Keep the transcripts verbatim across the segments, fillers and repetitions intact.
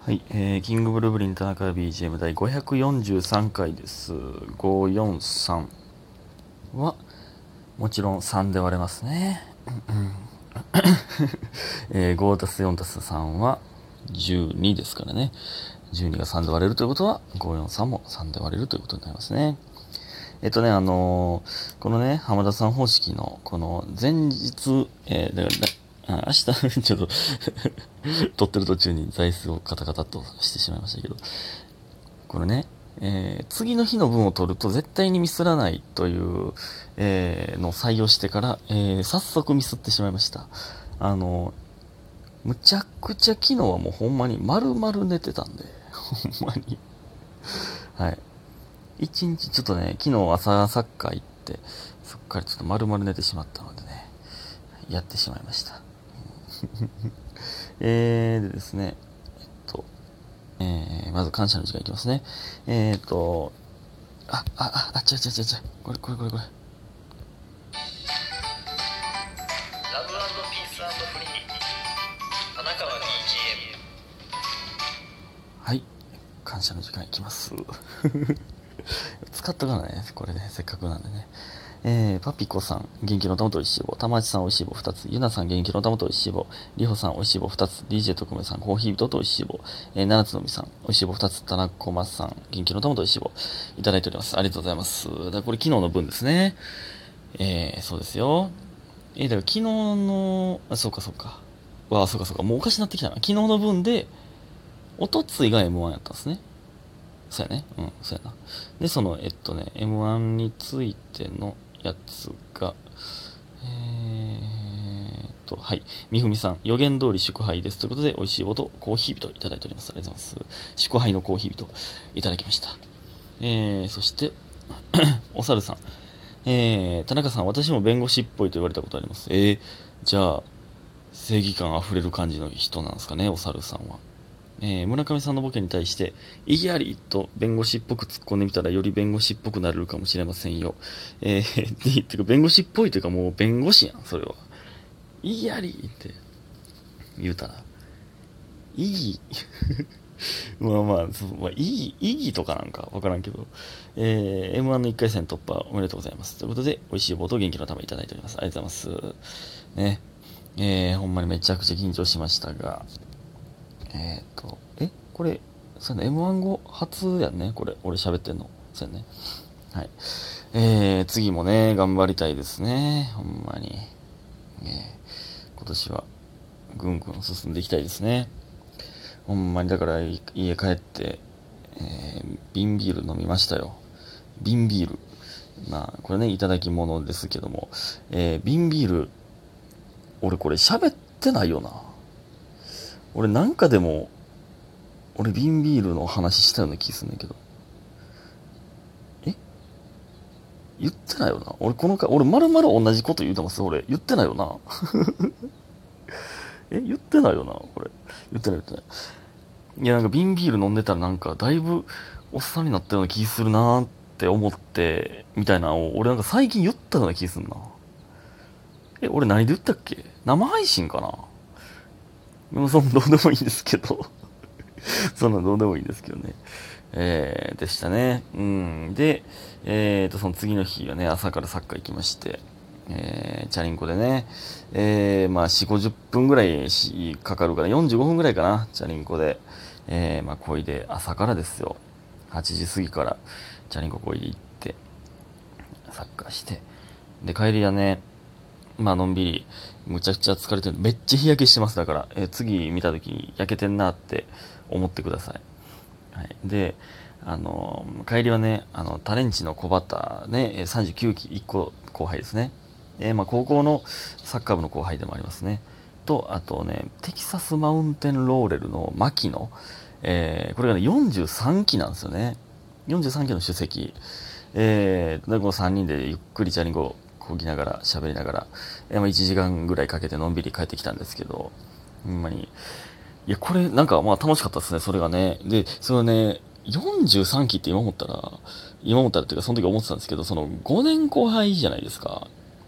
はい、えー、キングブルーブリン田中 ビージーエム 第ごひゃくよんじゅうさんかいです。ごひゃくよんじゅうさんはもちろんさんで割れますね。えー、ごたすよんたすさんはじゅうにですからね。じゅうにがさんで割れるということはごひゃくよんじゅうさんもさんで割れるということになりますね。えっとね、あのー、このね、浜田さん方式のこの前日、えー、だからあ明日ちょっと撮ってる途中に座椅子をカタカタとしてしまいましたけど、これね、えー、次の日の分を取ると絶対にミスらないという、えーのを採用してから、えー早速ミスってしまいました。あの、むちゃくちゃ昨日はもうほんまに丸々寝てたんで、ほんまに。はい。一日ちょっとね、昨日朝サッカー行って、そっからちょっと丸々寝てしまったのでね、やってしまいました。えーでですね、えっと、えー、まず感謝の時間いきますね。えーっと、あ、あ、あ、あ、違う違う違う違う。これこれこれこれ。ラブピースフリー。田中は ビージーエム。はい。感謝の時間いきます。使っとかないね。これね、せっかくなんでね。えー、パピコさん、元気の玉とおいしい棒。たまちさん、おいしい棒ふたつ。ゆなさん、元気の玉とおいしい棒。りほさん、おいしい棒ふたつ。ディージェー 特命さん、コーヒー人とおいしい棒。えー、七つのみさん、おいしい棒ふたつ。たなこまさん、元気の玉とおいしい棒。いただいております。ありがとうございます。だからこれ昨日の分ですね。えー、そうですよ。えー、だから昨日の、あ、そうかそうか。わあ、そうかそうか。もうおかしなってきたな。昨日の分で、おとついが エムワン やったんですね。そうやね。うん、そうやな。で、その、えっとね、エムワン についてのやつが、えーっと、はい。みふみさん、予言通り祝杯です。ということで、美味しい棒とコーヒー人いただいております。ありがとうございます。祝杯のコーヒー人いただきました。えー、そして、おさるさん。えー、田中さん、私も弁護士っぽいと言われたことあります。えー、じゃあ、正義感あふれる感じの人なんですかね、おさるさんは。えー、村上さんのボケに対して、意義ありと弁護士っぽく突っ込んでみたらより弁護士っぽくなれるかもしれませんよ。えー、てか弁護士っぽいというかもう弁護士やん、それは。意義ありって言うたら、意義まあまあ、そうまあ、意義、意義とかなんかわからんけど、えー、エムワン のいっかい戦突破おめでとうございます。ということで、美味しい棒と元気の玉いただいております。ありがとうございます。ね。えー、ほんまにめちゃくちゃ緊張しましたが、えーと、えこれ、そうやね、エムワン 後初やんね、これ、俺喋ってんの。そうやね。はい。えー、次もね、頑張りたいですね。ほんまに。えー、今年は、ぐんぐん進んでいきたいですね。ほんまに、だから、家帰って、えー、瓶ビール飲みましたよ。瓶ビール。まあ、これね、いただき物ですけども、えー、瓶ビール、俺これ喋ってないよな。俺なんかでも、俺瓶ビールの話したような気すんねんけど。え言ってないよな。俺この回、俺まるまる同じこと言うてます俺。言ってないよな。え言ってないよな、これ。言ってない言ってない。いや、なんか瓶ビール飲んでたらなんか、だいぶおっさんになったような気するなーって思って、みたいなのを、俺なんか最近言ったような気すんな。え、俺何で言ったっけ生配信かな。でもそんなどうでもいいんですけど。そんなどうでもいいんですけどね。えー、でしたね。うん。で、えーと、その次の日はね、朝からサッカー行きまして、えー、チャリンコでね、えー、まあ、よん、ごじゅっぷんぐらいしかかるから、よんじゅうごふんぐらいかな、チャリンコで。えー、まあ、こいで、朝からですよ。はちじ過ぎから、チャリンコこいで行って、サッカーして。で、帰りはね、まあ、のんびり、むちゃくちゃ疲れてる。めっちゃ日焼けしてます、だから。えー次見た時に焼けてんなって思ってください。はい。で、あの、帰りはね、あの、タレンチの小畑ね、さんじゅうきゅうきいっこ後輩ですね。えーまあ、高校のサッカー部の後輩でもありますね。と、あとね、テキサスマウンテンローレルの牧野。えーこれがね、よんじゅうさんきなんですよね。よんじゅうさんきの主席。えーで、このさんにんでゆっくりチャリンコこぎながら、喋りながら、えーまあ、いちじかんぐらいかけてのんびり帰ってきたんですけど、ほんまに、いや、これ、なんか、まあ、楽しかったですね、それがね。で、それね、よんじゅうさんきって今思ったら、今思ったらっていうか、その時思ってたんですけど、その、ごねんご輩じゃないですか。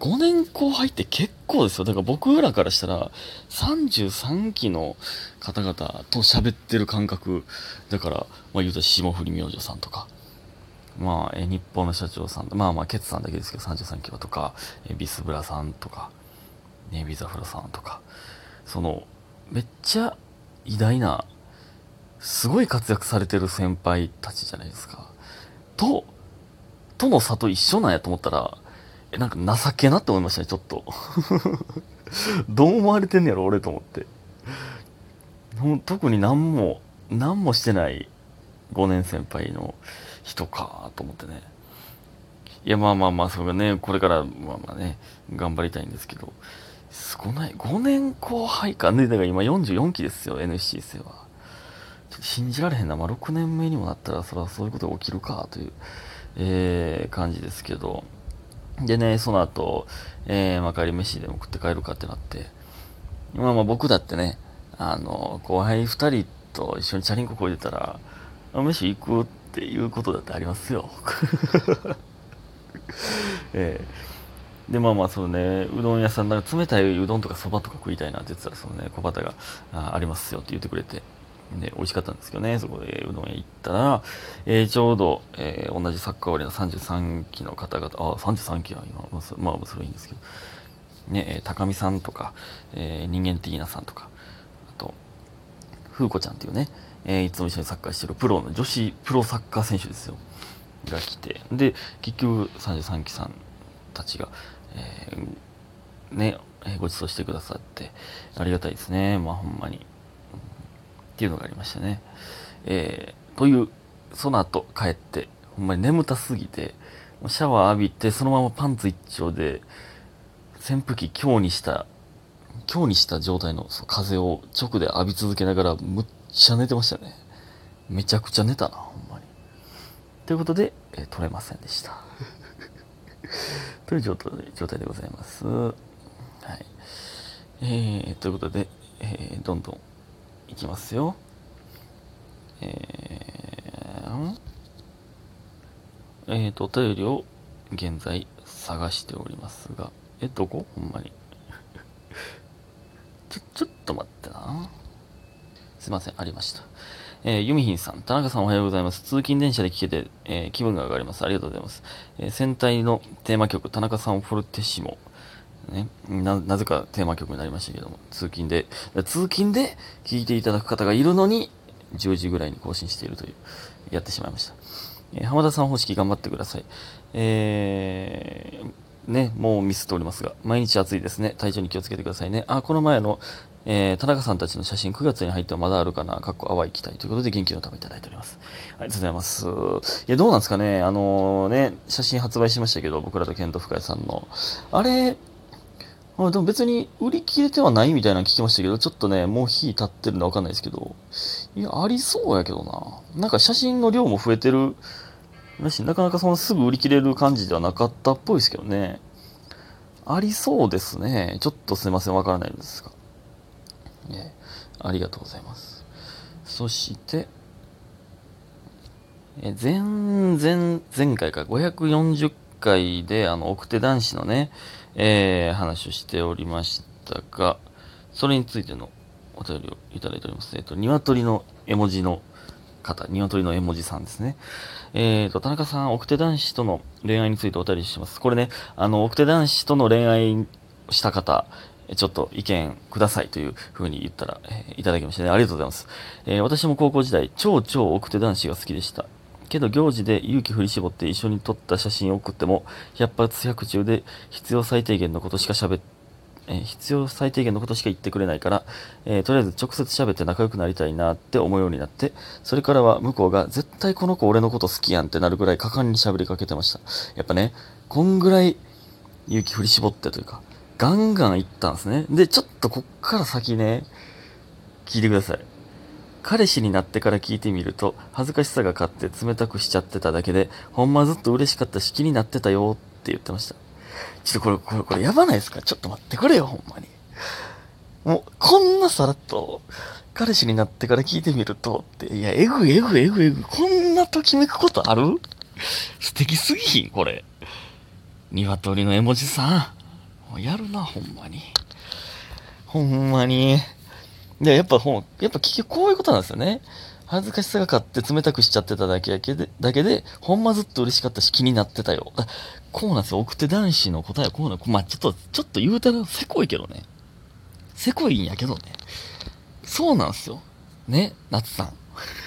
ごねんこう輩って結構ですよ。だから僕らからしたら、さんじゅうさんきの方々と喋ってる感覚。だから、まあ言うと霜降り明星さんとか、まあ、え日本の社長さん、まあまあ、ケツさんだけですけど、さんじゅうさんきはとか、えビスブラさんとか、ね、ビザフラさんとか、その、めっちゃ偉大な、すごい活躍されてる先輩たちじゃないですか。と、との差と一緒なんやと思ったら、え、なんか情けなって思いましたね、ちょっと。どう思われてんねやろ、俺と思って。ほん特に何も、何もしてないごねん先輩の人かと思ってね。いや、まあまあまあ、それがね、これから、まあまあね、頑張りたいんですけど、すごない、ごねんこう輩かね、だから今よんじゅうよんきですよ、エヌエスシー 生は。ちょっと信じられへんな。まあ、ろくねんめにもなったら、それはそういうことが起きるか、という、えー、感じですけど。でね、その後、えー、まあ、帰り飯でも食って帰るかってなって、まあまあ僕だってね、あの、後輩ふたりと一緒にチャリンコこいでたら、あ飯行くっていうことだってありますよ。ええ、で、まあまあ、そのね、うどん屋さん、なんか冷たいうどんとかそばとか食いたいなって言ってたら、そのね、小畑が、あ、ありますよって言ってくれて、で、美味しかったんですけどね、そこでうどん屋行ったら、えー、ちょうど、えー、同じサッカー終わりのさんじゅうさんきの方々、あ、さんじゅうさんきは今、まあ、そまあ、それいいんですけど、ね、えー高見さんとか、えー人間ティーナさんとか、あと、風子ちゃんっていうね、えーいつも一緒にサッカーしてるプロの女子プロサッカー選手ですよ。が来て、で、結局さんじゅうさんきさんたちが、えーね、えーご馳走してくださって、ありがたいですね。まあほんまに。っていうのがありましたね。えー、という、その後帰って、ほんまに眠たすぎて、シャワー浴びて、そのままパンツ一丁で、扇風機強にした、強にした状態のそう風を直で浴び続けながら、むっちゃ寝てましたね。めちゃくちゃ寝たな、ほんまに。ということで、えー取れませんでした。という状態状態でございます。はい。えー、ということで、えー、どんどんいきますよ。えー、えーと、お便りを現在探しておりますが、え、どこほんまに。ちょ、ちょっと待ってな。すいません、ありました。えー、ユミヒンさん、田中さんおはようございます。通勤電車で聞けて、えー気分が上がります。ありがとうございます。えー戦隊のテーマ曲、田中さんフォルテッシモ。ね、な、なぜかテーマ曲になりましたけども、通勤で、通勤で聴いていただく方がいるのに、じゅうじぐらいに更新しているという、やってしまいました。えー浜田さん方式頑張ってください。えー、ね、もうミスっておりますが、毎日暑いですね。体調に気をつけてくださいね。あ、この前の、えー、田中さんたちの写真くがつに入ってはまだあるかな、かっこ淡い期待ということで元気のためいただいております。ありがとうございます。いや、どうなんですかね。あのね、写真発売しましたけど、僕らとケント深谷さんの。あれ、あでも別に売り切れてはないみたいなの聞きましたけど、ちょっとね、もう日経ってるんでわかんないですけど、いや、ありそうやけどな。なんか写真の量も増えてるらしい。なかなかそのすぐ売り切れる感じではなかったっぽいですけどね。ありそうですね。ちょっとすいません、わからないんですが。ね、ありがとうございます。そして、え前、前、前回かごひゃくよんじゅっかいで、あの、奥手男子のね、えー、話をしておりましたが、それについてのお便りをいただいております。えっと、鶏の絵文字の方、鶏の絵文字さんですね。えっと、田中さん、奥手男子との恋愛についてお便りします。これね、あの、奥手男子との恋愛した方、ちょっと意見くださいという風に言ったら、えーいただきましたね。ありがとうございます。えー私も高校時代、超超奥手男子が好きでした。けど行事で勇気振り絞って一緒に撮った写真を送っても、百発百中で必要最低限のことしか喋っえー必要最低限のことしか言ってくれないから、えーとりあえず直接喋って仲良くなりたいなって思うようになって、それからは向こうが絶対この子俺のこと好きやんってなるぐらい果敢に喋りかけてました。やっぱね、こんぐらい勇気振り絞ってというか、ガンガン行ったんですね。で、ちょっとこっから先ね、聞いてください。彼氏になってから聞いてみると、恥ずかしさが勝って冷たくしちゃってただけで、ほんまずっと嬉しかったし気になってたよって言ってました。ちょっとこれ、これ、これやばないですか？ちょっと待ってくれよ、ほんまに。もう、こんなさらっと、彼氏になってから聞いてみると、って、いや、えぐいえぐいえぐいえぐい、こんなときめくことある？素敵すぎひんこれ。鶏の絵文字さん。 やるな、ほんまに。ほんまに。で、やっぱほん、やっぱ結局こういうことなんですよね。恥ずかしさが勝って冷たくしちゃってただけだけで、だけで、ほんまずっと嬉しかったし気になってたよ。こうなんですよ。奥手男子の答えはこうなの。まあ、ちょっと、ちょっと言うたらせこいけどね。せこいんやけどね。そうなんですよ。ね、夏さん。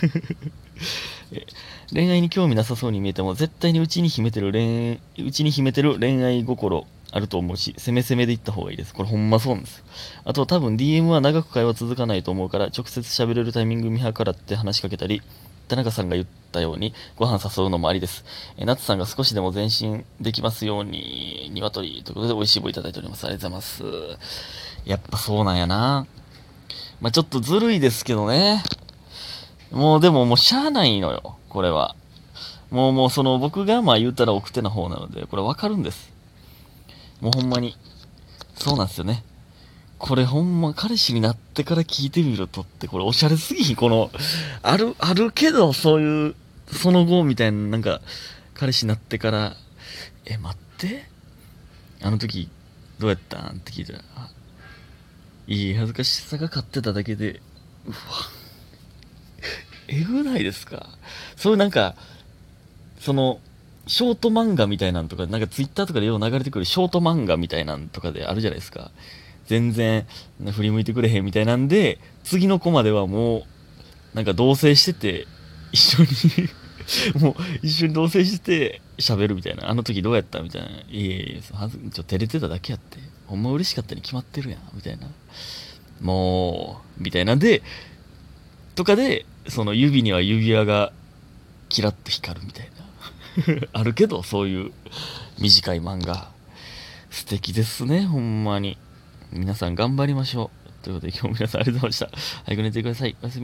恋愛に興味なさそうに見えても、絶対に内に秘めてる恋、内に秘めてる恋愛心あると思うし、攻め攻めでいった方がいいです。これほんまそうなんですよ。あと多分 ディーエム は長く会話続かないと思うから、直接喋れるタイミング見計らって話しかけたり、田中さんが言ったように、ご飯誘うのもありです。え、夏さんが少しでも前進できますように、鶏ということで美味しい棒いただいております。ありがとうございます。やっぱそうなんやな。まあ、ちょっとずるいですけどね。もうでももうしゃあないのよ、これは。もうもうその僕がまあ言ったら奥手な方なので、これわかるんです。もうほんまに。そうなんですよね。これほんま彼氏になってから聞いてみるとってこれおしゃれすぎひんこの、ある、あるけどそういう、その後みたいななんか、彼氏になってから、え、待って。あの時、どうやったんって聞いたら、いい恥ずかしさが勝ってただけで、うわ、えぐないですか。そういうなんか、その、ショート漫画みたいなんとか、なんかツイッターとかでよう流れてくるショート漫画みたいなんとかであるじゃないですか。全然振り向いてくれへんみたいなんで、次のコマではもう、なんか同棲してて、一緒にもう一緒に同棲して喋るみたいな。あの時どうやったみたいな。いえいえ、はずちょっと照れてただけやって。ほんま嬉しかったに決まってるやん。みたいな。もう、みたいなんで、とかで、その指には指輪がキラッと光るみたいな。あるけど、そういう短い漫画。素敵ですね、ほんまに。皆さん頑張りましょう。ということで今日も皆さんありがとうございました。早く寝てください。おやすみ。